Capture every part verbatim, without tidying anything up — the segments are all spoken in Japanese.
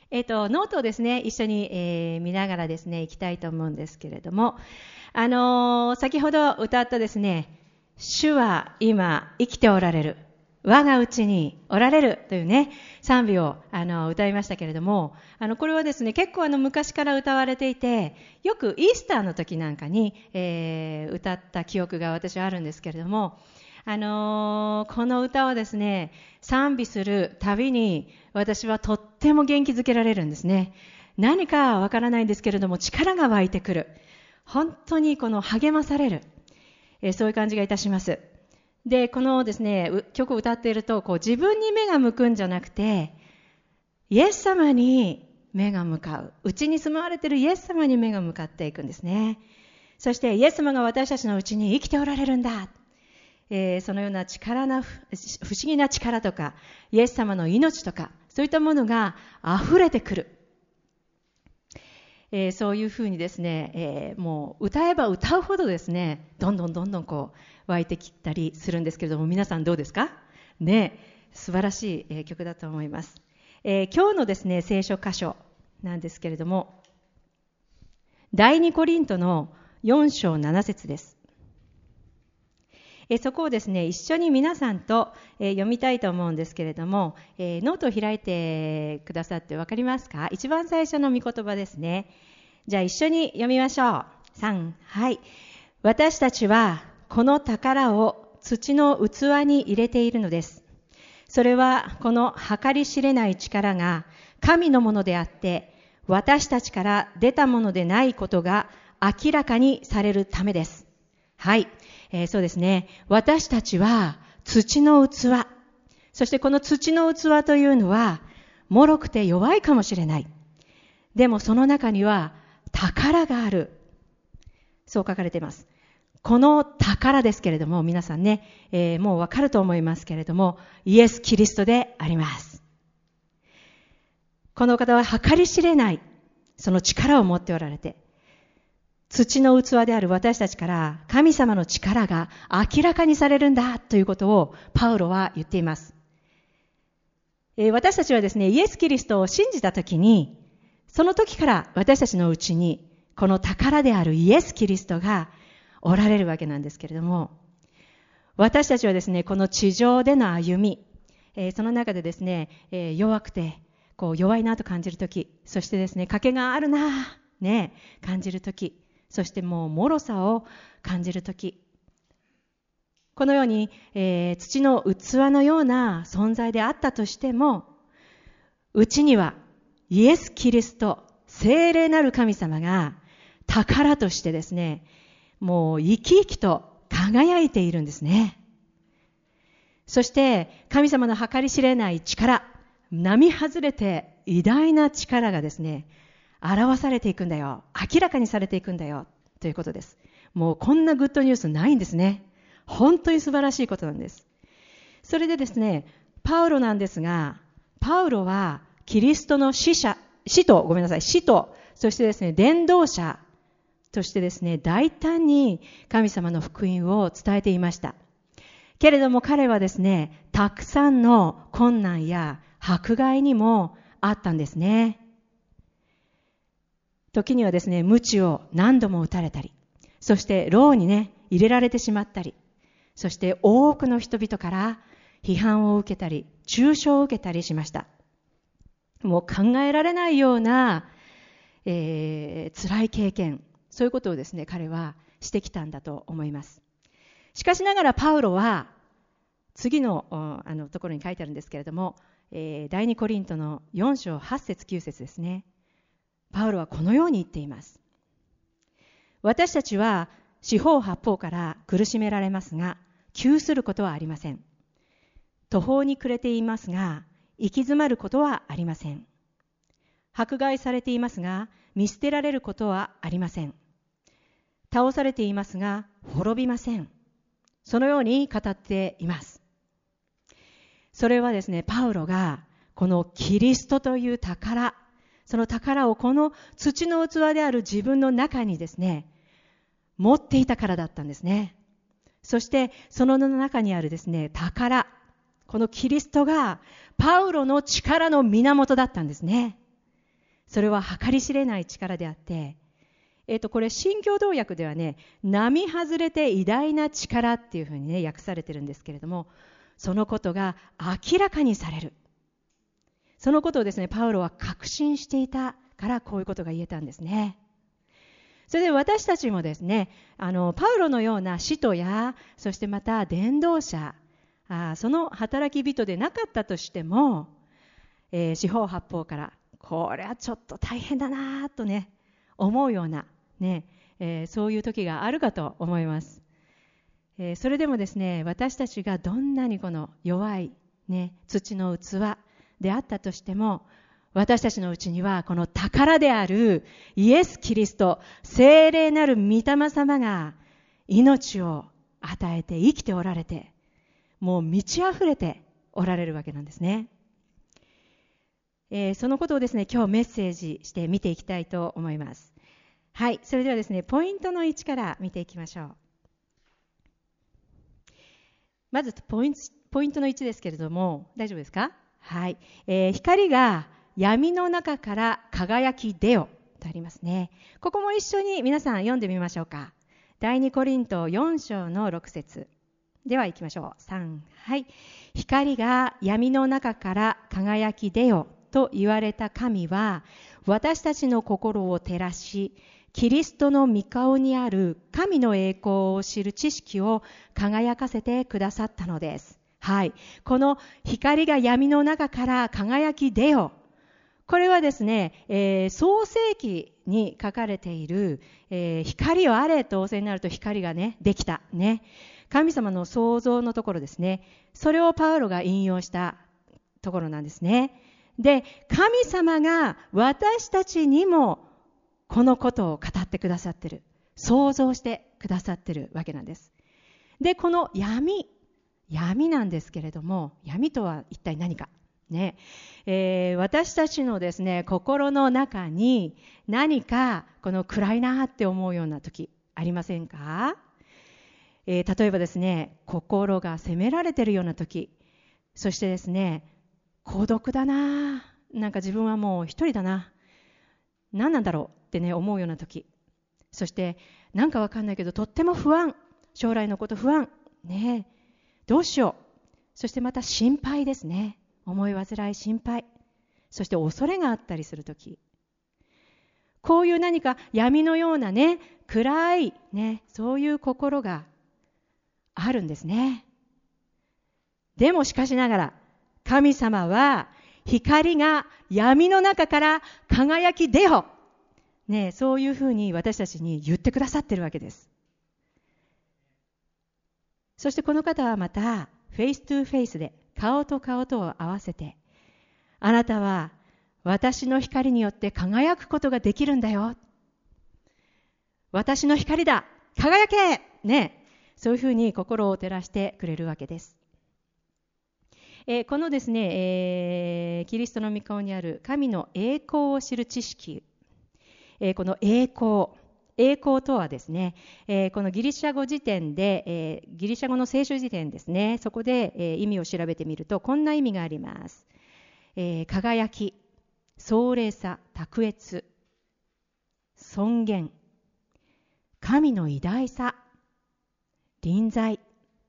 えっと、ノートをですね、一緒に、えー、見ながらですね、行きたいと思うんですけれども、あのー、先ほど歌ったですね、主は今生きておられる。我がうちにおられるというね、賛美を、あの、歌いましたけれども、あの、これはですね、結構あの、昔から歌われていて、よくイースターの時なんかに、えー、歌った記憶が私はあるんですけれども、あのー、この歌をですね、賛美するたびに、私はとっても元気づけられるんですね。何かわからないんですけれども、力が湧いてくる。本当にこの励まされる。えー、そういう感じがいたします。で、このですね、曲を歌っていると、こう自分に目が向くんじゃなくて、イエス様に目が向かう。うちに住まわれているイエス様に目が向かっていくんですね。そしてイエス様が私たちのうちに生きておられるんだ。えー、そのような力な、不思議な力とか、イエス様の命とか、そういったものが溢れてくる。えー、そういうふうにですね、えー、もう歌えば歌うほどですね、どんどんどんどんこう湧いてきたりするんですけれども、皆さんどうですかね、素晴らしい、えー、曲だと思います。えー、今日のですね、聖書箇所なんですけれども、第二コリントのよん章なな節です。えそこをですね、一緒に皆さんと、えー、読みたいと思うんですけれども、えー、ノートを開いてくださって分かりますか？一番最初の御言葉ですね。じゃあ一緒に読みましょう。さん、はい。私たちはこの宝を土の器に入れているのです。それはこの計り知れない力が神のものであって、私たちから出たものでないことが明らかにされるためです。はい。えー、そうですね。私たちは土の器。そしてこの土の器というのは、脆くて弱いかもしれない。でもその中には宝がある。そう書かれています。この宝ですけれども、皆さんね、えー、もうわかると思いますけれども、イエス・キリストであります。この方は計り知れない、その力を持っておられて、土の器である私たちから神様の力が明らかにされるんだということをパウロは言っています。えー、私たちはですね、イエス・キリストを信じたときに、その時から私たちのうちにこの宝であるイエス・キリストがおられるわけなんですけれども、私たちはですね、この地上での歩み、えー、その中でですね、えー、弱くてこう弱いなと感じるとき、そしてですね、賭けがあるなね感じるとき、そしてもう脆さを感じるとき、このように、えー、土の器のような存在であったとしても、うちにはイエス・キリスト、聖霊なる神様が宝としてですね、もう生き生きと輝いているんですね。そして神様の計り知れない力、並外れて偉大な力がですね、表されていくんだよ、明らかにされていくんだよということです。もうこんなグッドニュースないんですね。本当に素晴らしいことなんです。それでですね、パウロなんですが、パウロはキリストの使者、使徒、ごめんなさい、使徒、そしてですね、伝道者としてですね、大胆に神様の福音を伝えていました。けれども彼はですね、たくさんの困難や迫害にもあったんですね。時にはですね、鞭を何度も打たれたり、そして牢にね、入れられてしまったり、そして多くの人々から批判を受けたり、中傷を受けたりしました。もう考えられないような、えー、辛い経験、そういうことをですね、彼はしてきたんだと思います。しかしながらパウロは、次の、あのところに書いてあるんですけれども、えー、第二コリントのよん章はち節きゅう節ですね。パウロはこのように言っています。私たちは四方八方から苦しめられますが、窮することはありません。途方に暮れていますが、行き詰まることはありません。迫害されていますが、見捨てられることはありません。倒されていますが、滅びません。そのように語っています。それはですね、パウロがこのキリストという宝、その宝をこの土の器である自分の中にですね、持っていたからだったんですね。そしてその中にあるですね、宝、このキリストがパウロの力の源だったんですね。 それは計り知れない力であって、えっと、これ、新共同訳ではね、並外れて偉大な力っていうふうにね、訳されてるんですけれども、そのことが明らかにされる。そのことをですね、パウロは確信していたからこういうことが言えたんですね。それで私たちもですね、あのパウロのような使徒や、そしてまた伝道者、あその働き人でなかったとしても、えー、四方八方からこれはちょっと大変だなとね思うような、ねえー、そういう時があるかと思います。えー、それでもですね、私たちがどんなにこの弱い、ね、土の器であったとしても、私たちのうちにはこの宝であるイエス・キリスト、聖霊なる御霊様が命を与えて生きておられて、もう満ち溢れておられるわけなんですね。えー、そのことをですね、今日メッセージして見ていきたいと思います。はい、それではですね、ポイントのいちから見ていきましょう。まずポイント、ポイントのいちですけれども、大丈夫ですか？はい、えー、光が闇の中から輝き出よとありますね。ここも一緒に皆さん読んでみましょうか。第二コリントよん章のろく節では行きましょう。さん、はい。光が闇の中から輝き出よと言われた神は、私たちの心を照らし、キリストの御顔にある神の栄光を知る知識を輝かせてくださったのです。はい。この光が闇の中から輝き出よ。これはですね、えー、創世記に書かれている、えー、光をあれと仰せになると光がね、できた。ね。神様の創造のところですね。それをパウロが引用したところなんですね。で、神様が私たちにもこのことを語ってくださってる。創造してくださってるわけなんです。で、この闇、闇なんですけれども、闇とは一体何か。ねえー、私たちのですね、心の中に何かこの暗いなって思うような時ありませんか？えー、例えばですね、心が責められているような時、そしてですね、孤独だな、なんか自分はもう一人だな、何なんだろうってね思うような時、そしてなんかわかんないけどとっても不安、将来のこと不安ね、どうしよう、そしてまた心配ですね、思い煩い、心配、そして恐れがあったりするとき、こういう何か闇のようなね、暗いね、そういう心があるんですね。でもしかしながら、神様は光が闇の中から輝き出よ、ね、そういうふうに私たちに言ってくださっているわけです。そしてこの方はまたフェイストゥフェイスで顔と顔とを合わせて、あなたは私の光によって輝くことができるんだよ。私の光だ。輝けね。そういうふうに心を照らしてくれるわけです。えー、このですね、えー、キリストの御顔にある神の栄光を知る知識、えー、この栄光、栄光とはですね、えー、このギリシャ語辞典で、えー、ギリシャ語の聖書辞典ですね、そこで、えー、意味を調べてみるとこんな意味があります。えー、輝き、壮麗さ、卓越、尊厳、神の偉大さ、臨在、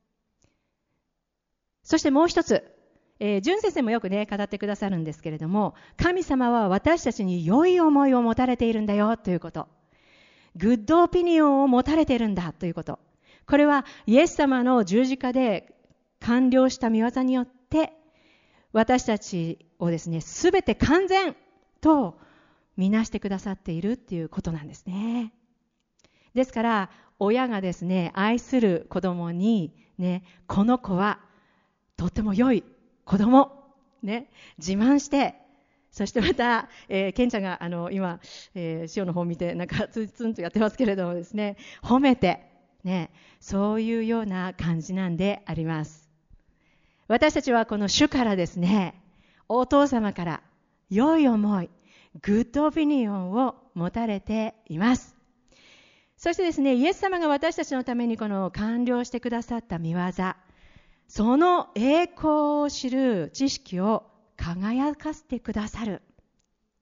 そしてもう一つ、えー、純先生もよくね語ってくださるんですけれども、神様は私たちに良い思いを持たれているんだよということ、グッドオピニオンを持たれているんだということ、これはイエス様の十字架で完了した御業によって私たちをですね、すべて完全とみなしてくださっているっていうことなんですね。ですから親がですね、愛する子供にね、この子はとっても良い子供ね、自慢して、そしてまた、えー、ケンちゃんがあの今、えー、塩の方を見てなんかツンツンとやってますけれどもですね、褒めてね、そういうような感じなんであります。私たちはこの主からですね、お父様から良い思い、グッドオピニオンを持たれています。そしてですね、イエス様が私たちのためにこの完了してくださった御業、その栄光を知る知識を輝かせてくださる。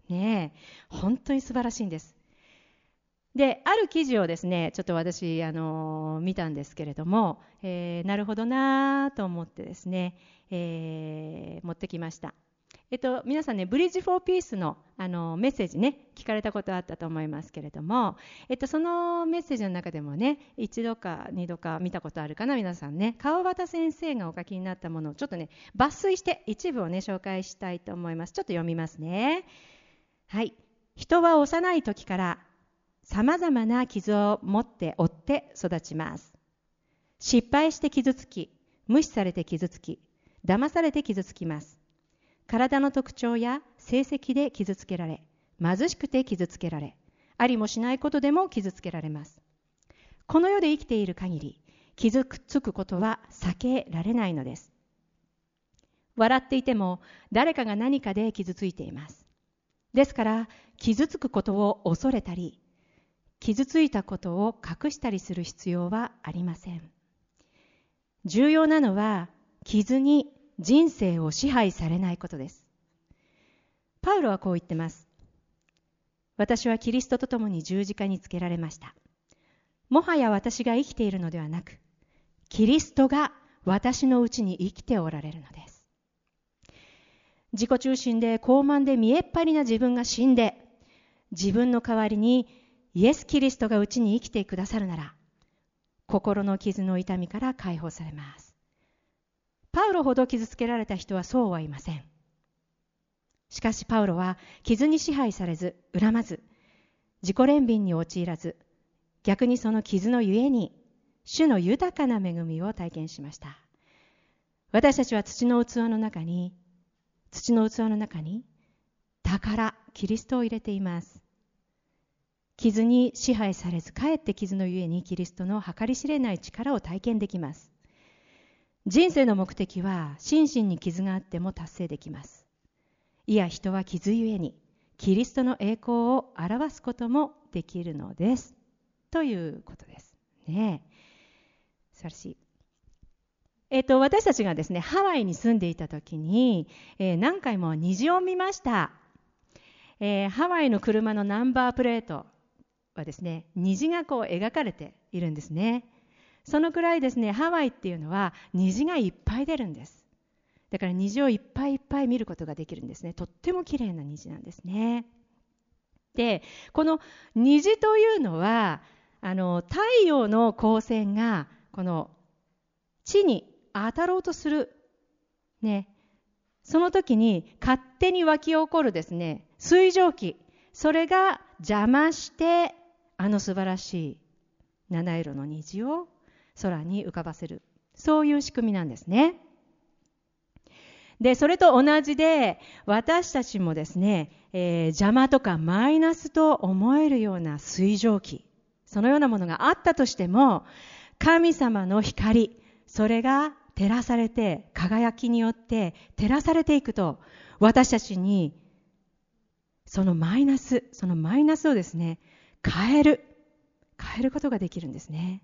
ねえ、本当に素晴らしいんです。で、ある記事をですね、ちょっと私、あの見たんですけれども、えーなるほどなと思ってですね、えー持ってきました。えっと、皆さんね、ブリッジ・フォー・ピースの、あのメッセージね、聞かれたことあったと思いますけれども、えっと、そのメッセージの中でもね、一度か二度か見たことあるかな、皆さんね、川端先生がお書きになったものをちょっとね、抜粋して一部をね、紹介したいと思います。ちょっと読みますね。はい。人は幼い時からさまざまな傷を持って負って育ちます。失敗して傷つき、無視されて傷つき、騙されて傷つきます。体の特徴や成績で傷つけられ、貧しくて傷つけられ、ありもしないことでも傷つけられます。この世で生きている限り、傷つくことは避けられないのです。笑っていても誰かが何かで傷ついています。ですから、傷つくことを恐れたり、傷ついたことを隠したりする必要はありません。重要なのは、傷に人生を支配されないことです。パウロはこう言ってます。私はキリストと共に十字架につけられました。もはや私が生きているのではなく、キリストが私のうちに生きておられるのです。自己中心で高慢で見えっ張りな自分が死んで、自分の代わりにイエス・キリストがうちに生きてくださるなら、心の傷の痛みから解放されます。パウロほど傷つけられた人はそうはいません。しかしパウロは傷に支配されず、恨まず、自己憐憫に陥らず、逆にその傷のゆえに、主の豊かな恵みを体験しました。私たちは土の器の中に、土の器の中に、宝、キリストを入れています。傷に支配されず、かえって傷のゆえにキリストの計り知れない力を体験できます。人生の目的は心身に傷があっても達成できます。いや、人は傷ゆえにキリストの栄光を表すこともできるのです。ということですね。素晴らしい。えっと、私たちがですね、ハワイに住んでいた時に、えー、何回も虹を見ました。えー、ハワイの車のナンバープレートはですね、虹がこう描かれているんですね。そのくらいですね、ハワイっていうのは虹がいっぱい出るんです。だから虹をいっぱいいっぱい見ることができるんですね。とっても綺麗な虹なんですね。で、この虹というのは、あの太陽の光線がこの地に当たろうとする、ね、その時に勝手に湧き起こるですね、水蒸気、それが邪魔してあの素晴らしい七色の虹を空に浮かばせる、そういう仕組みなんですね。で、それと同じで、私たちもですね、えー、邪魔とかマイナスと思えるような水蒸気、そのようなものがあったとしても、神様の光、それが照らされて、輝きによって照らされていくと、私たちにそのマイナス、そのマイナスをですね、変える、変えることができるんですね。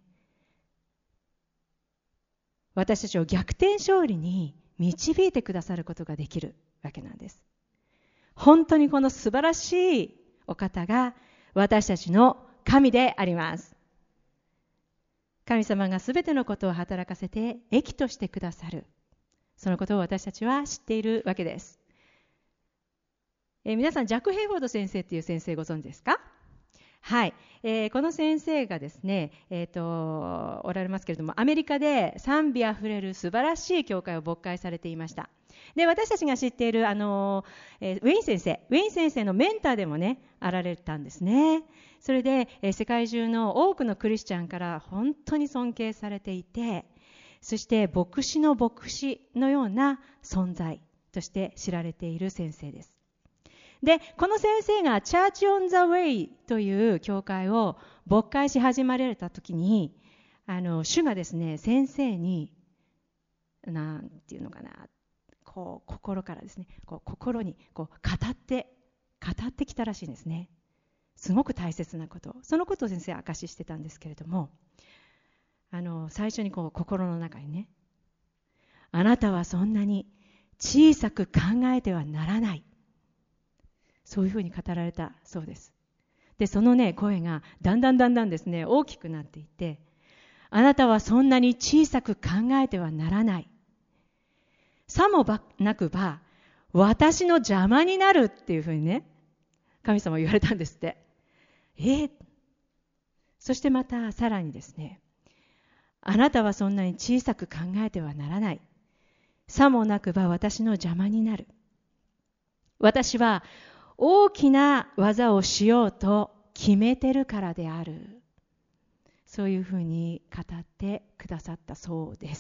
私たちを逆転勝利に導いてくださることができるわけなんです。本当にこの素晴らしいお方が私たちの神であります。神様がすべてのことを働かせて益としてくださる。そのことを私たちは知っているわけです。えー、皆さん、ジャック・ヘイフォード先生っていう先生ご存知ですか？はい、えー、この先生がですね、えーと、おられますけれども、アメリカで賛美あふれる素晴らしい教会を勃開されていました。で、私たちが知っているあの、えー、ウェイン先生、ウェイン先生のメンターでもね、あられたんですね。それで、えー、世界中の多くのクリスチャンから本当に尊敬されていて、そして牧師の牧師のような存在として知られている先生です。で、この先生がチャーチオンザウェイという教会を勃開し始められたときに、あの主がですね、先生になんていうのかな、こう心からですね、こう心にこう語って語ってきたらしいんですね。すごく大切なこと、そのことを先生は明かししてたんですけれども、あの最初にこう心の中にね、あなたはそんなに小さく考えてはならない。 そういうふうに語られたそうです。で、そのね、声がだんだんだんだんですね、大きくなっていって、あなたはそんなに小さく考えてはならない。さもなくば、私の邪魔になるっていうふうにね、神様は言われたんですって。えー、そしてまたさらにですね、あなたはそんなに小さく考えてはならない。さもなくば私の邪魔になる。私は大きな技をしようと決めてるからである。そういうふうに語ってくださったそうです。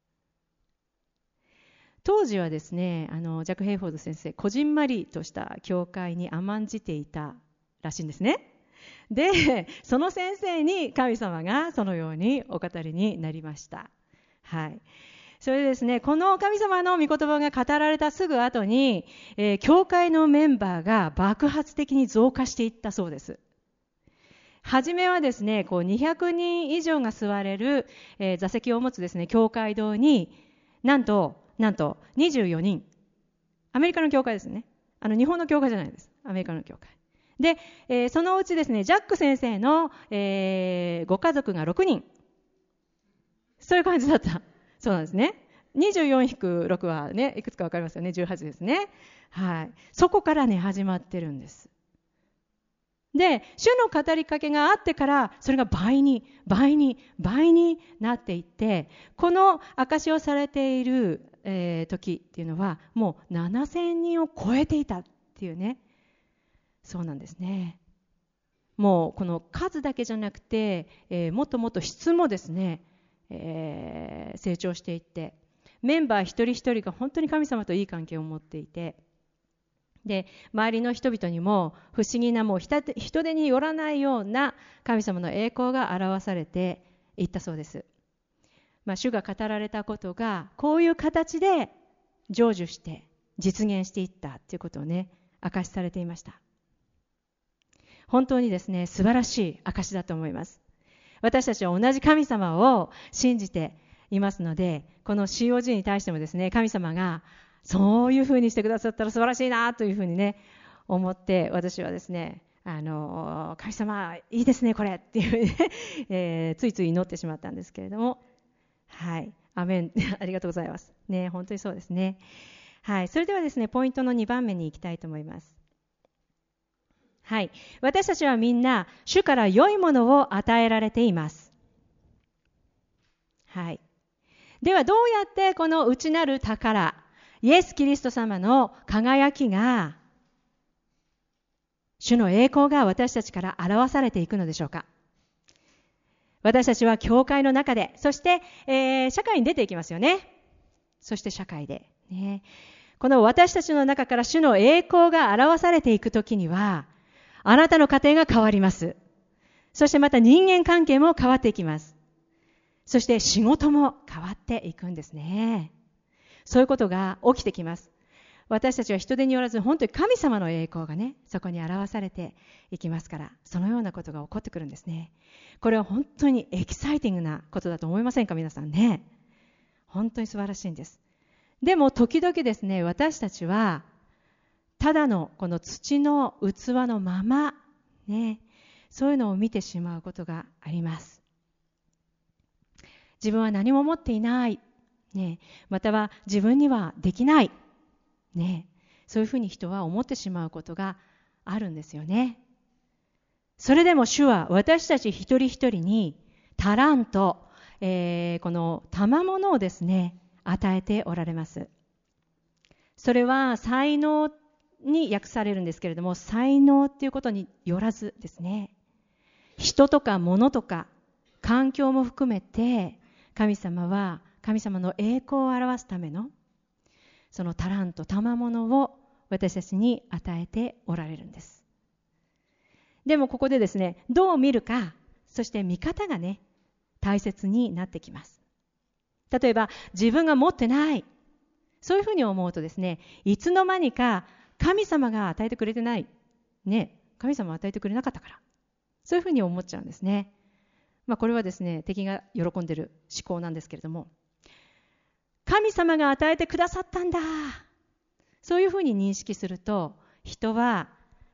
当時はですね、あのジャック・ヘイフォード先生、こじんまりとした教会に甘んじていたらしいんですね。で、その先生に神様がそのようにお語りになりました。はい。それでですね、この神様の御言葉が語られたすぐ後に、えー、教会のメンバーが爆発的に増加していったそうです。はじめはですね、こうにひゃくにん以上が座れる、えー、座席を持つですね、教会堂に、なんと、なんとにじゅうよにん。アメリカの教会ですね。あの、日本の教会じゃないです。アメリカの教会。で、えー、そのうちですね、ジャック先生の、えー、ご家族がろくにん。そういう感じだった。そうなんですね。にじゅうよん引くろくはね、いくつかわかりますよね。じゅうはちですね。はい。そこからね、始まってるんです。で、主の語りかけがあってから、それが倍に、倍に、倍になっていって、この証しをされている、えー、時っていうのは、もうななせんにんを超えていたっていうね。そうなんですね。もうこの数だけじゃなくて、えー、もっともっと質もですね、えー、成長していって、メンバー一人一人が本当に神様といい関係を持っていて、で、周りの人々にも不思議なもう人手によらないような神様の栄光が表されていったそうです。まあ、主が語られたことがこういう形で成就して実現していったということをね、明かしされていました。本当にですね、素晴らしい証だと思います。私たちは同じ神様を信じていますので、この シーオージー に対してもですね、神様がそういうふうにしてくださったら素晴らしいなというふうにね、思って、私はですね、あの神様いいですねこれっていうふうにね、えー、ついつい祈ってしまったんですけれども、はい、アメンありがとうございますね。本当にそうですね。はい、それではですね、ポイントのにばんめに行きたいと思います。はい、私たちはみんな主から良いものを与えられています。はい。ではどうやってこの内なる宝、イエス・キリスト様の輝きが、主の栄光が私たちから表されていくのでしょうか。私たちは教会の中で、そして、えー、社会に出ていきますよね。そして社会で、ね。この私たちの中から主の栄光が表されていくときには、あなたの家庭が変わります。そしてまた人間関係も変わっていきます。そして仕事も変わっていくんですね。そういうことが起きてきます。私たちは人手によらず本当に神様の栄光がね、そこに表されていきますから、そのようなことが起こってくるんですね。これは本当にエキサイティングなことだと思いませんか、皆さんね。本当に素晴らしいんです。でも時々ですね、私たちはただのこの土の器のままね、そういうのを見てしまうことがあります。自分は何も持っていない、ね、または自分にはできない、ね、そういうふうに人は思ってしまうことがあるんですよね。それでも主は私たち一人一人にタラント、えー、この賜物をですね、与えておられます。それは才能に訳されるんですけれども、才能っていうことによらずですね、人とか物とか環境も含めて、神様は神様の栄光を表すためのそのタラント、賜物を私たちに与えておられるんです。でもここでですね、どう見るか、そして見方がね、大切になってきます。例えば自分が持ってない、そういうふうに思うとですね、いつの間にか神様が与えてくれてない、ね、神様は与えてくれなかったから、そういうふうに思っちゃうんですね。まあ、これはですね、敵が喜んでいる思考なんですけれども、神様が与えてくださったんだ、そういうふうに認識すると、人は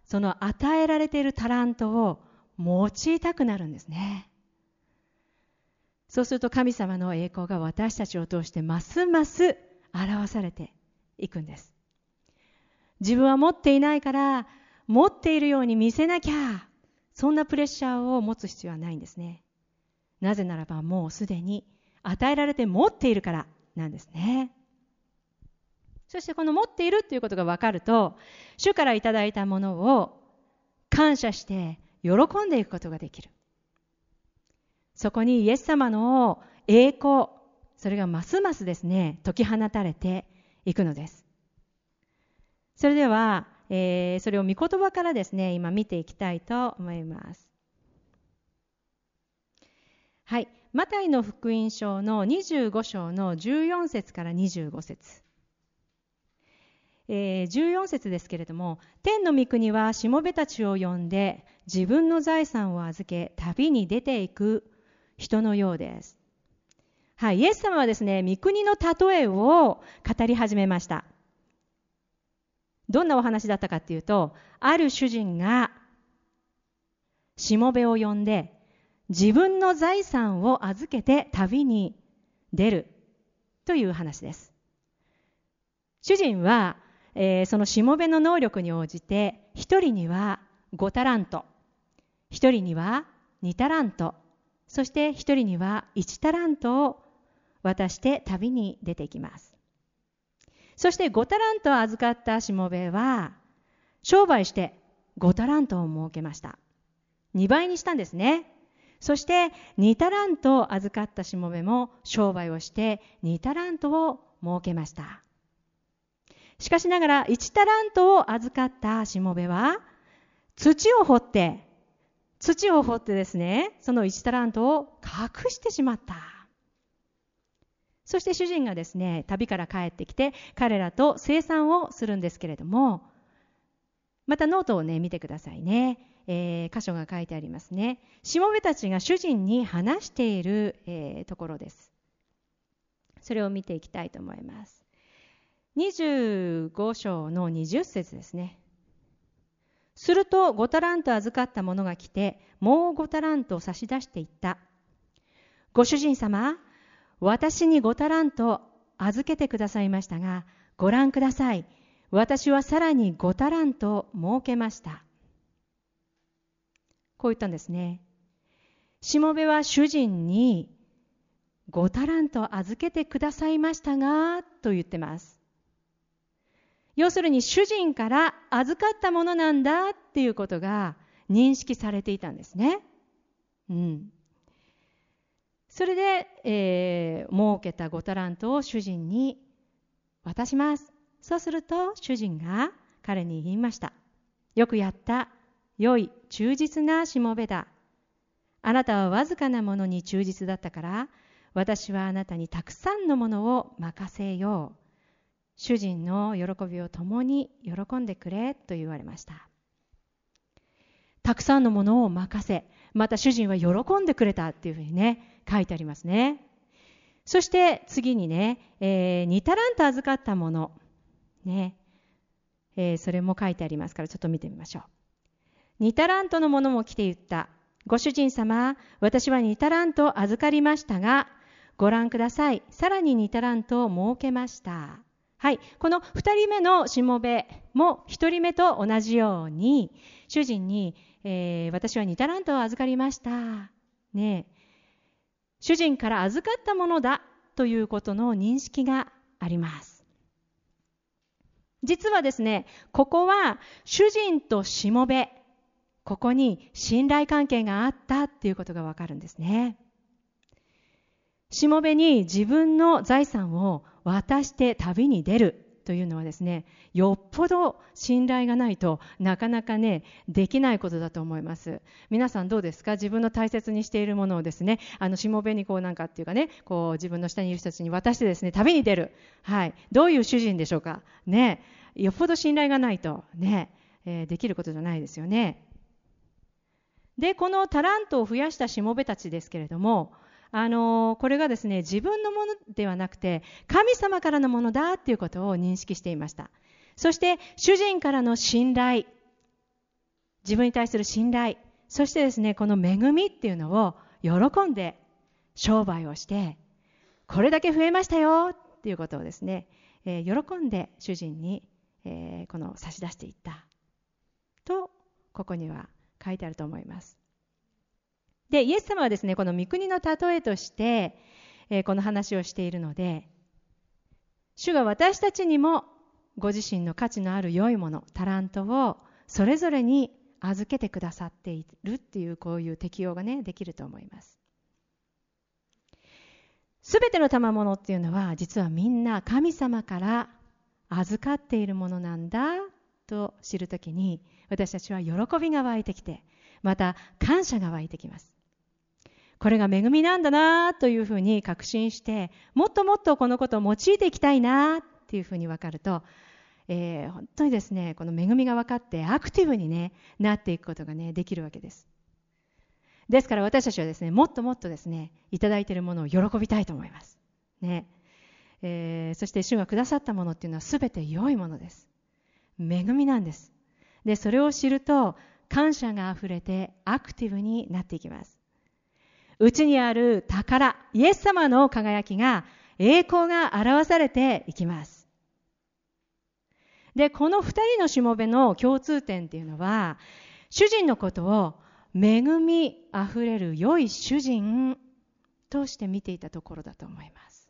その与えられているタラントを用いたくなるんですね。そうすると神様の栄光が私たちを通してますます表されていくんです。自分は持っていないから持っているように見せなきゃ、そんなプレッシャーを持つ必要はないんですね。なぜならばもうすでに与えられて持っているからなんですね。そしてこの持っているということが分かると、主からいただいたものを感謝して喜んでいくことができる。そこにイエス様の栄光、それがますますですね、解き放たれていくのです。それでは、えー、それを御言葉からですね、今見ていきたいと思います。はい、マタイの福音書のにじゅうご章のじゅうよん節からにじゅうご節。えー、じゅうよん節ですけれども、天の御国はしもべたちを呼んで自分の財産を預け旅に出ていく人のようです。はい、イエス様はですね、御国の例えを語り始めました。どんなお話だったかっていうと、ある主人がしもべを呼んで自分の財産を預けて旅に出るという話です。主人はえー、そのしもべの能力に応じて一人にはごタラント、一人にはにタラント、そして一人にはいちタラントを渡して旅に出ていきます。そしてごタラントを預かったしもべは商売してごタラントを儲けました。にばいにしたんですね。そしてにタラントを預かったしもべも商売をしてにタラントを儲けました。しかしながらいちタラントを預かったしもべは土を掘って土を掘ってですね、そのいちタラントを隠してしまった。そして主人がですね、旅から帰ってきて彼らと清算をするんですけれども、またノートをね見てくださいね。えー、箇所が書いてありますね。しもべたちが主人に話している、えー、ところです。それを見ていきたいと思います。にじゅうご章のにじゅう節ですね。するとごタラント預かった者が来て、もうごタラントを差し出していった。ご主人様、私にごタラント預けてくださいましたが、ご覧ください。私はさらにごタラント儲けました。こう言ったんですね。しもべは主人にごタラント預けてくださいましたが、と言ってます。要するに主人から預かったものなんだっていうことが認識されていたんですね。うん。それで、えー、儲けたごタラントを主人に渡します。そうすると主人が彼に言いました。よくやった。良い、忠実なしもべだ。あなたはわずかなものに忠実だったから、私はあなたにたくさんのものを任せよう。主人の喜びを共に喜んでくれと言われました。たくさんのものを任せ、また主人は喜んでくれたっていうふうにね、書いてありますね。そして次にね、えー、にタラント預かったもの、ね、えー、それも書いてありますからちょっと見てみましょう。にタラントのものも来て言った。ご主人様、私はにタラント預かりましたが、ご覧ください。さらににタラントを設けました。はい、このふたりめのしもべもひとりめと同じように主人に、えー、私はにタラントを預かりました、ね、主人から預かったものだということの認識があります。実はですね、ここは主人としもべ、ここに信頼関係があったっていうことがわかるんですね。しもべに自分の財産を渡して旅に出るというのはですね、よっぽど信頼がないとなかなかね、できないことだと思います。皆さんどうですか？自分の大切にしているものをですね、あのしもべにこうなんかっていうかね、こう自分の下にいる人たちに渡してですね、旅に出る。はい。どういう主人でしょうか？ね。よっぽど信頼がないとね、えー、できることじゃないですよね。で、このタラントを増やしたしもべたちですけれども、あのこれがですね、自分のものではなくて神様からのものだっていうことを認識していました。そして主人からの信頼、 自分に対する信頼、そしてですね、この恵みっていうのを喜んで商売をして、これだけ増えましたよっていうことをですね、えー、喜んで主人に、えー、この差し出していったと、ここには書いてあると思います。で、イエス様はですね、この御国の例えとして、えー、この話をしているので、主が私たちにもご自身の価値のある良いもの、タラントをそれぞれに預けてくださっているっていう、こういう適用がね、できると思います。すべての賜物っていうのは、実はみんな神様から預かっているものなんだと知るときに、私たちは喜びが湧いてきて、また感謝が湧いてきます。これが恵みなんだなというふうに確信して、もっともっとこのことを用いていきたいなっていうふうに分かると、えー、本当にですね、この恵みが分かってアクティブに、ね、なっていくことが、ね、できるわけです。ですから私たちはですね、もっともっとですね、いただいているものを喜びたいと思います。ねえー、そして主がくださったものっていうのはすべて良いものです。恵みなんです。で、それを知ると感謝があふれてアクティブになっていきます。うちにある宝、イエス様の輝きが、栄光が表されていきます。で、この二人のしもべの共通点っていうのは、主人のことを恵みあふれる良い主人として見ていたところだと思います。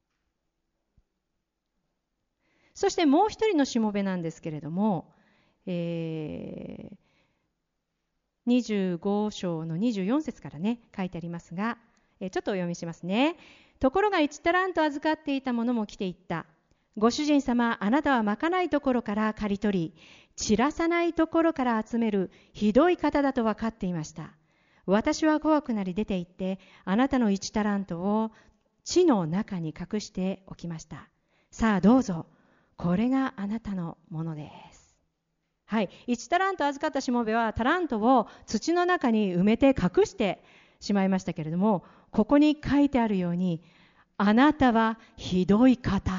そしてもう一人のしもべなんですけれども、えーにじゅうご章のにじゅうよん節からね、書いてありますが、えちょっとお読みしますね。ところがいちタラント預かっていたものも来ていった。ご主人様、あなたはまかないところから刈り取り、散らさないところから集めるひどい方だと分かっていました。私は怖くなり出て行って、あなたのいちタラントを地の中に隠しておきました。さあどうぞ、これがあなたのものです。はい、いちタラント預かったしもべはタラントを土の中に埋めて隠してしまいましたけれども、ここに書いてあるように、あなたはひどい方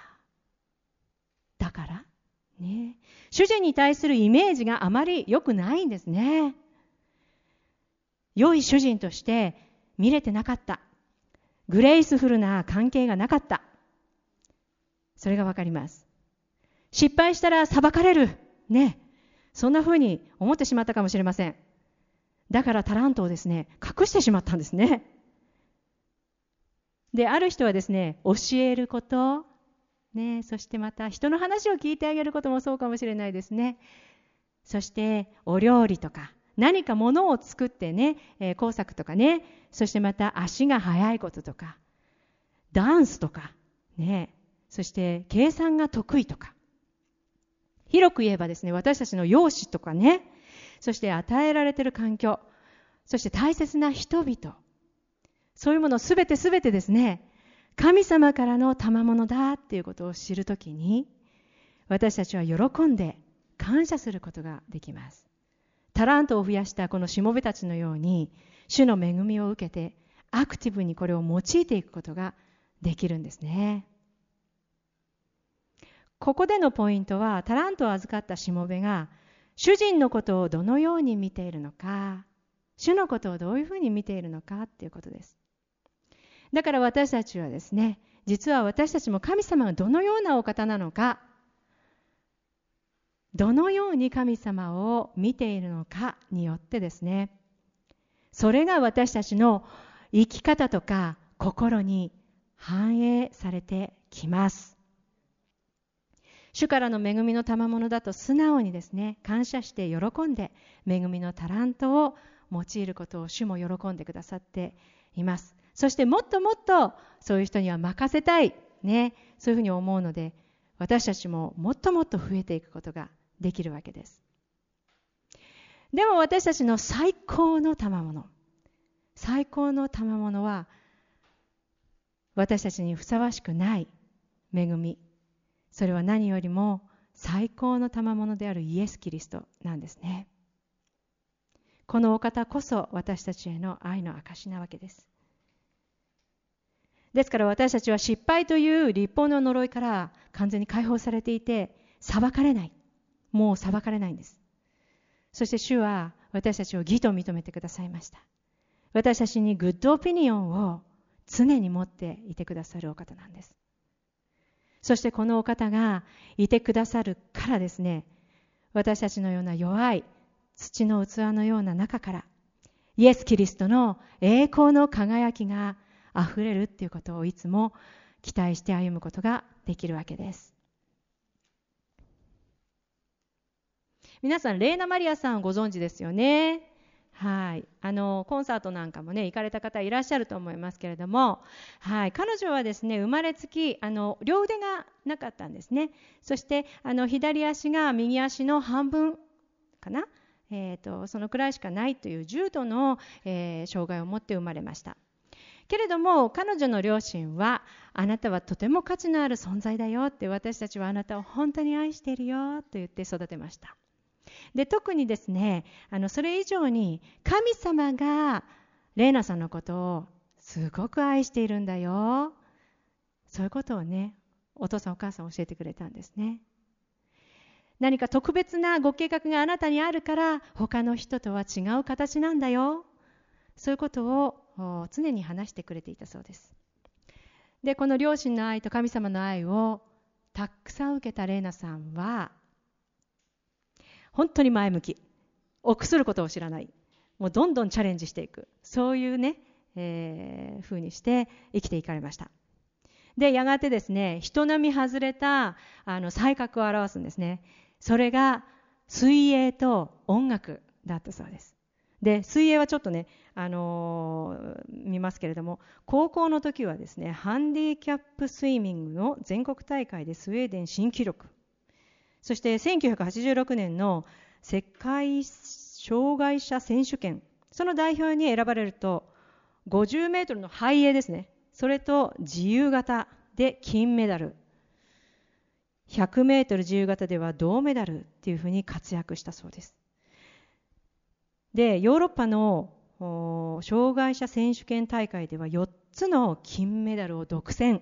だからね、主人に対するイメージがあまり良くないんですね。良い主人として見れてなかった。グレイスフルな関係がなかった。それがわかります。失敗したら裁かれるね、そんな風に思ってしまったかもしれません。だからタラントをですね、隠してしまったんですね。で、ある人はですね、教えること、ね、そしてまた人の話を聞いてあげることもそうかもしれないですね。そしてお料理とか、何かものを作ってね、えー、工作とかね、そしてまた足が速いこととか、ダンスとか、ね、そして計算が得意とか、広く言えばですね、私たちの容姿とかね、そして与えられている環境、そして大切な人々、そういうものすべてすべてですね、神様からの賜物だっていうことを知るときに、私たちは喜んで感謝することができます。タラントを増やしたこのしもべたちのように、主の恵みを受けてアクティブにこれを用いていくことができるんですね。ここでのポイントは、タラントを預かったしもべが主人のことをどのように見ているのか、主のことをどういうふうに見ているのかということです。だから私たちはですね、実は私たちも神様がどのようなお方なのか、どのように神様を見ているのかによってですね、それが私たちの生き方とか心に反映されてきます。主からの恵みの賜物だと素直にですね、感謝して喜んで恵みのタラントを用いることを主も喜んでくださっています。そしてもっともっとそういう人には任せたい、ね、そういうふうに思うので、私たちももっともっと増えていくことができるわけです。でも私たちの最高の賜物、最高の賜物は私たちにふさわしくない恵み、それは何よりも最高の賜物であるイエス・キリストなんですね。このお方こそ私たちへの愛の証なわけです。ですから私たちは失敗という律法の呪いから完全に解放されていて、裁かれない。もう裁かれないんです。 そして主は私たちを義と認めてくださいました。私たちにグッドオピニオンを常に持っていてくださるお方なんです。そしてこのお方がいてくださるからですね、私たちのような弱い土の器のような中からイエス・キリストの栄光の輝きがあふれるっていうことをいつも期待して歩むことができるわけです。皆さん、レーナ・マリアさんをご存知ですよね。はい、あのコンサートなんかもね行かれた方いらっしゃると思いますけれども、はい、彼女はですね生まれつきあの両腕がなかったんですね。そしてあの左足が右足の半分かな、えーと、そのくらいしかないという重度の、えー、障害を持って生まれました。けれども彼女の両親はあなたはとても価値のある存在だよって、私たちはあなたを本当に愛しているよと言って育てました。で特にですねあのそれ以上に神様がレーナさんのことをすごく愛しているんだよ、そういうことをねお父さんお母さん教えてくれたんですね。何か特別なご計画があなたにあるから他の人とは違う形なんだよ、そういうことを常に話してくれていたそうです。でこの両親の愛と神様の愛をたくさん受けたレーナさんは本当に前向き、臆することを知らない、もうどんどんチャレンジしていく、そういうね、えー、風にして生きていかれました。でやがてですね人並み外れたあの才覚を表すんですね。それが水泳と音楽だったそうです。で水泳はちょっとね、あのー、見ますけれども、高校の時はですねハンディキャップスイミングの全国大会でスウェーデン新記録、そしてせんきゅうひゃくはちじゅうろくねんの世界障害者選手権、その代表に選ばれるとごじゅうメートルの背泳ですね、それと自由形で金メダル、ひゃくメートル自由形では銅メダルっていうふうに活躍したそうです。でヨーロッパの障害者選手権大会ではよっつの金メダルを独占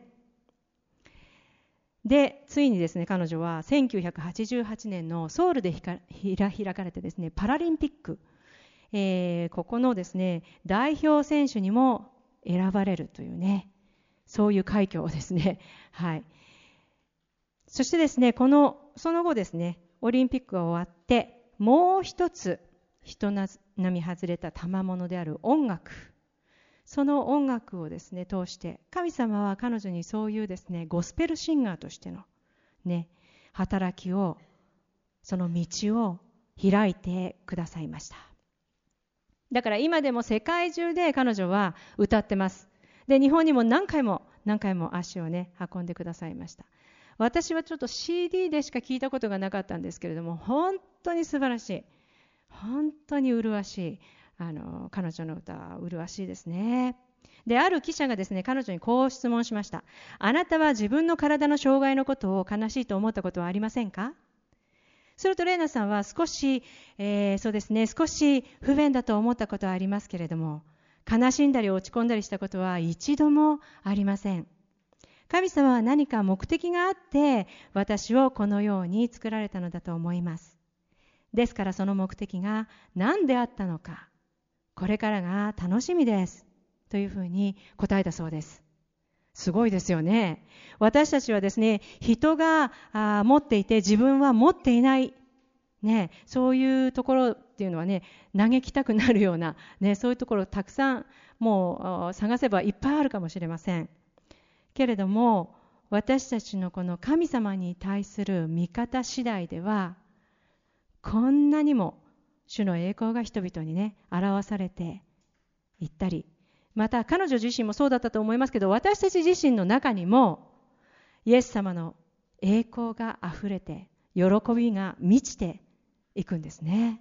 で、ついにですね彼女はせんきゅうひゃくはちじゅうはちねんのソウルで開かれてですねパラリンピック、えー、ここのですね代表選手にも選ばれるというね、そういう快挙をですね、はい、そしてですねこのその後ですねオリンピックが終わってもう一つ人並み外れた賜物である音楽、その音楽をですね通して神様は彼女にそういうですねゴスペルシンガーとしてのね働きを、その道を開いてくださいました。だから今でも世界中で彼女は歌ってます。で日本にも何回も何回も足をね運んでくださいました。私はちょっと シーディー でしか聞いたことがなかったんですけれども、本当に素晴らしい、本当に麗しい、あの彼女の歌は麗しいですね。である記者がですね彼女にこう質問しました。あなたは自分の体の障害のことを悲しいと思ったことはありませんか？するとレーナさんは少し、えー、そうですね少し不便だと思ったことはありますけれども、悲しんだり落ち込んだりしたことは一度もありません。神様は何か目的があって私をこのように作られたのだと思います。ですからその目的が何であったのか、これからが楽しみですというふうに答えたそうです。すごいですよね。私たちはですね人があ持っていて自分は持っていない、ね、そういうところっていうのはね嘆きたくなるような、ね、そういうところたくさんもう探せばいっぱいあるかもしれませんけれども、私たちのこの神様に対する見方次第ではこんなにも主の栄光が人々にね表されていったり、また彼女自身もそうだったと思いますけど、私たち自身の中にもイエス様の栄光があふれて喜びが満ちていくんですね。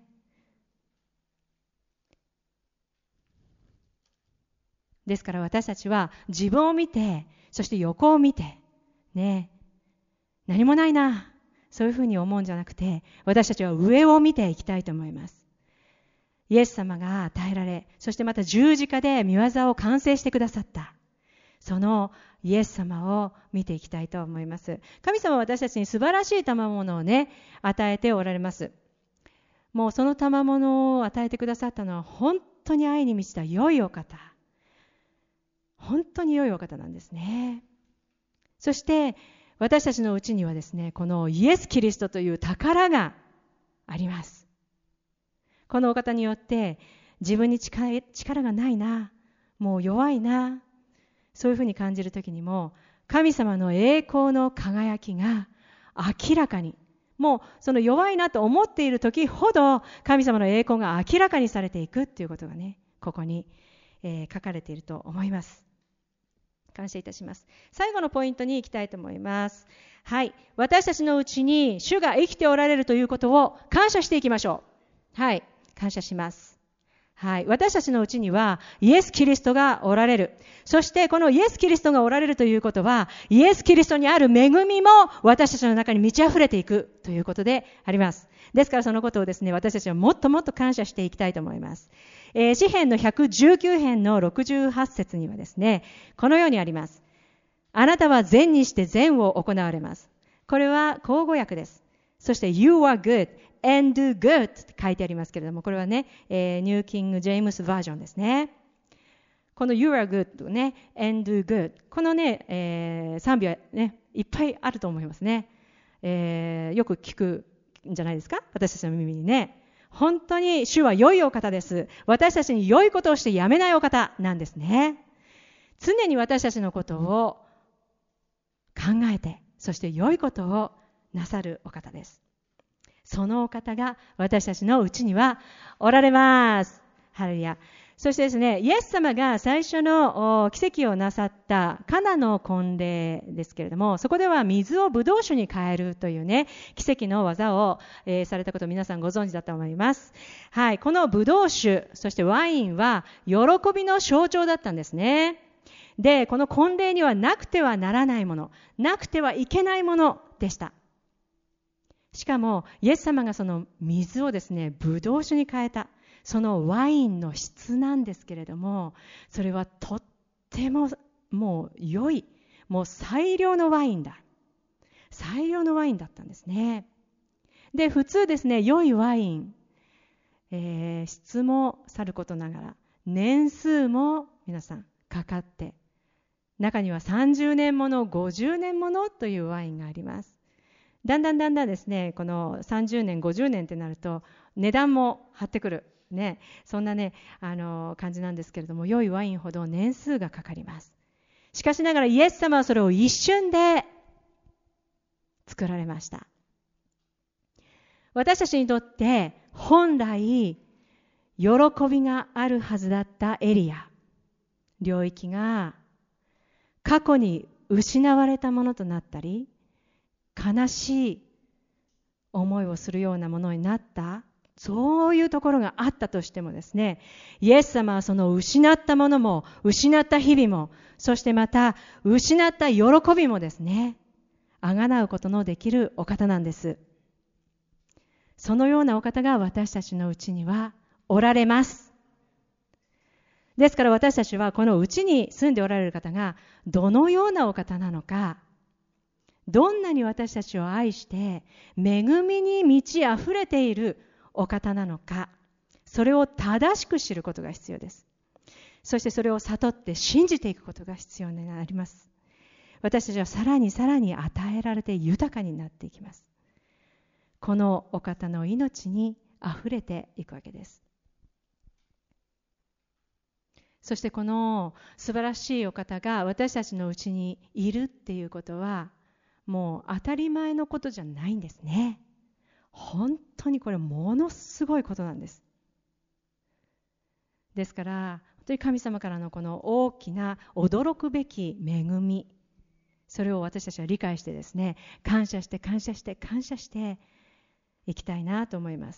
ですから私たちは自分を見て、そして横を見てね、何もないな、そういうふうに思うんじゃなくて、私たちは上を見ていきたいと思います。イエス様が与えられ、そしてまた十字架で御業を完成してくださったそのイエス様を見ていきたいと思います。神様は私たちに素晴らしい賜物をね与えておられます。 もうその賜物を与えてくださったのは本当に愛に満ちた良いお方。本当に良いお方なんですね。そして私たちのうちにはですね、このイエス・キリストという宝があります。このお方によって自分に力がないな、もう弱いな、そういうふうに感じるときにも神様の栄光の輝きが明らかに、もうその弱いなと思っている時ほど神様の栄光が明らかにされていくということがね、ここに、えー、書かれていると思います。感謝いたします。最後のポイントに行きたいと思います。はい。私たちのうちに主が生きておられるということを感謝していきましょう。はい。感謝します。はい。私たちのうちにはイエス・キリストがおられる。そしてこのイエス・キリストがおられるということは、イエス・キリストにある恵みも私たちの中に満ち溢れていくということであります。ですからそのことをですね、私たちはもっともっと感謝していきたいと思います。えー、詩編のひゃくじゅうきゅう編のろくじゅうはち節にはですね、このようにあります。あなたは善にして善を行われます。これは口語訳です。そして You are good and do good って書いてありますけれども、これはね、えー、ニューキング・ジェームスバージョンですね。この You are good とね、and do good。このね、えー、賛美はね、いっぱいあると思いますね。えー、よく聞くんじゃないですか？私たちの耳にね。本当に主は良いお方です。私たちに良いことをしてやめないお方なんですね。常に私たちのことを考えて、そして良いことをなさるお方です。そのお方が私たちのうちにはおられます。ハレルヤ。そしてですね、イエス様が最初の奇跡をなさったカナの婚礼ですけれども、そこでは水をブドウ酒に変えるというね、奇跡の技を、えー、されたことを皆さんご存知だと思います。はい、このブドウ酒、そしてワインは喜びの象徴だったんですね。で、この婚礼にはなくてはならないもの、なくてはいけないものでした。しかも、イエス様がその水をですね、ブドウ酒に変えた。そのワインの質なんですけれども、それはとってももう良い、もう最良のワインだ。最良のワインだったんですね。で、普通ですね、良いワイン、えー、質もさることながら、年数も皆さんかかって、中にはさんじゅうねんもの、ごじゅうねんものというワインがあります。だんだんだんだんですね、このさんじゅうねん、ごじゅうねんってなると、値段も張ってくる。ね、そんなね、あの感じなんですけれども、良いワインほど年数がかかります。しかしながらイエス様はそれを一瞬で作られました。私たちにとって本来喜びがあるはずだったエリア、領域が過去に失われたものとなったり、悲しい思いをするようなものになった、そういうところがあったとしてもですね、イエス様はその失ったものも、失った日々も、そしてまた失った喜びもですね、あがなうことのできるお方なんです。そのようなお方が私たちのうちにはおられます。ですから私たちはこのうちに住んでおられる方がどのようなお方なのか、どんなに私たちを愛して恵みに満ち溢れているお方なのか、それを正しく知ることが必要です。そしてそれを悟って信じていくことが必要になります。私たちはさらにさらに与えられて豊かになっていきます。このお方の命に溢れていくわけです。そしてこの素晴らしいお方が私たちのうちにいるっていうことは、もう当たり前のことじゃないんですね。本当にこれものすごいことなんです。ですから本当に神様からのこの大きな驚くべき恵み、それを私たちは理解してですね、感謝して感謝して感謝していきたいなと思います。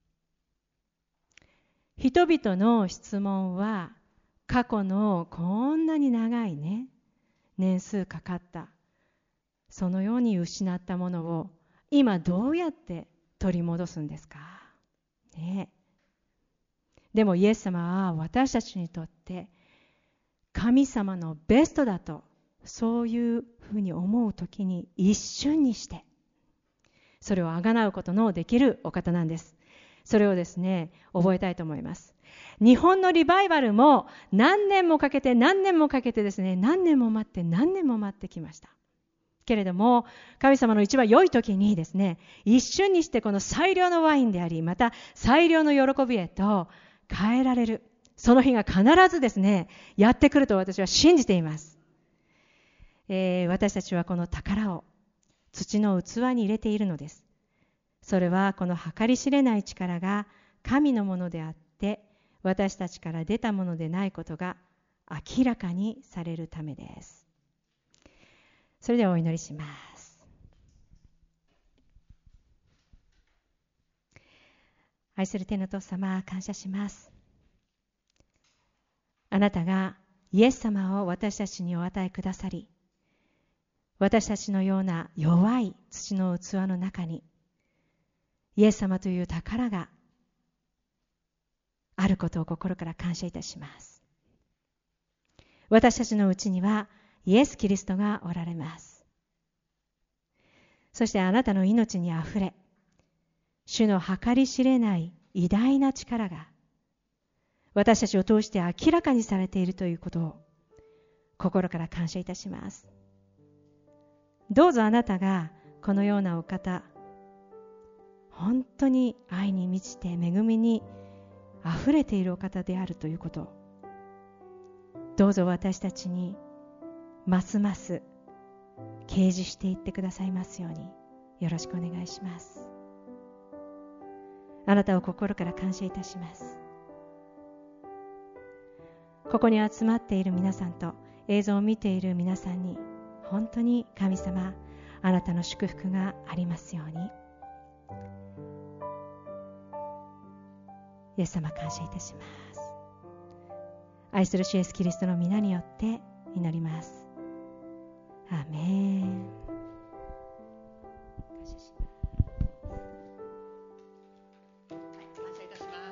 人々の質問は過去のこんなに長いね、年数かかったそのように失ったものを今どうやって取り戻すんですか、ね、でもイエス様は私たちにとって神様のベストだと、そういうふうに思うときに一瞬にしてそれをあがなうことのできるお方なんです。 それをですね、覚えたいと思います。日本のリバイバルも何年もかけて何年もかけてですね、何年も待って何年も待ってきました。けれども、神様の一番良い時にですね、一瞬にしてこの最良のワインであり、また最良の喜びへと変えられる。その日が必ずですね、やってくると私は信じています。えー、私たちはこの宝を土の器に入れているのです。それはこの計り知れない力が神のものであって、私たちから出たものでないことが明らかにされるためです。それではお祈りします。愛する天の父様、感謝します。あなたがイエス様を私たちにお与えくださり、私たちのような弱い土の器の中にイエス様という宝があることを心から感謝いたします。私たちのうちにはイエス・キリストがおられます。そしてあなたの命にあふれ、主の計り知れない偉大な力が私たちを通して明らかにされているということを心から感謝いたします。どうぞあなたがこのようなお方、本当に愛に満ちて恵みにあふれているお方であるということを、どうぞ私たちにますます掲示していってくださいますようによろしくお願いします。あなたを心から感謝いたします。ここに集まっている皆さんと映像を見ている皆さんに本当に神様、あなたの祝福がありますように。イエス様、感謝いたします。愛する主イエスキリストの皆によって祈ります。アーメン。感謝します。はい、感謝いたします。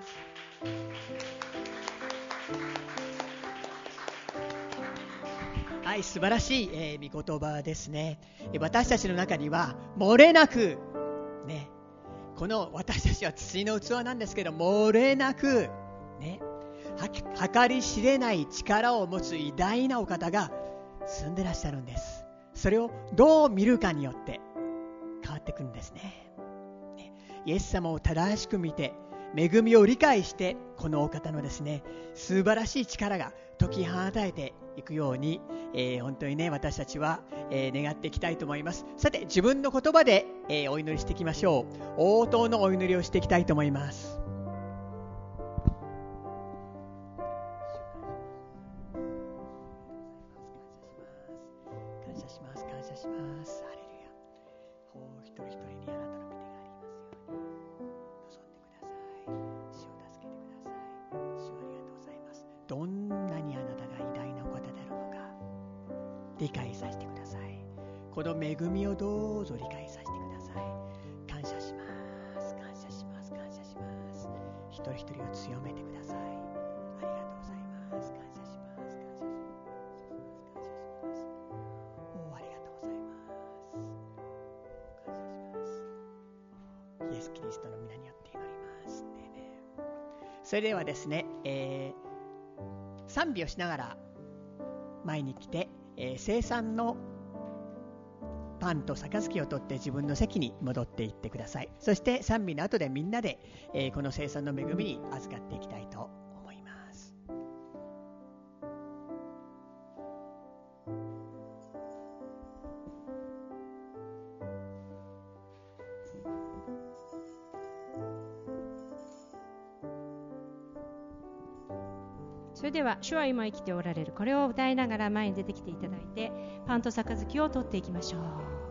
はい、素晴らしい、えー、御言葉ですね。私たちの中には漏れなくね、この私たちは土の器なんですけど、漏れなくね、計り知れない力を持つ偉大なお方が住んでらっしゃるんです。それをどう見るかによって変わってくるんですね。ね、イエス様を正しく見て恵みを理解して、このお方のですね、素晴らしい力が解き放たれていくように、えー、本当にね、私たちは、えー、願っていきたいと思います。さて、自分の言葉で、えー、お祈りしていきましょう。応答のお祈りをしていきたいと思います。感謝します、感謝します。ハレルヤ。お一人一人にあなたの御手がありますように望んでください。主を助けてください。主ありがとうございます。どんなにあなたが偉大なお方であるのか理解させてください。この恵みをどうぞ理解させてください。感謝します、感謝します、感謝します。一人一人を強めてください。ありがとうございます。感謝します、感謝します、感謝します。おありがとうございます。感謝します。イエス・キリストの皆によって祈ります。それではですね、えー、賛美をしながら前に来て、えー、聖餐のパンと杯を取って自分の席に戻っていってください。そして賛美の後でみんなで、えー、この聖餐の恵みに預かっていきたいと思います。 それでは主は今生きておられる、これを歌いながら前に出てきていただいて、パンと杯を取っていきましょう。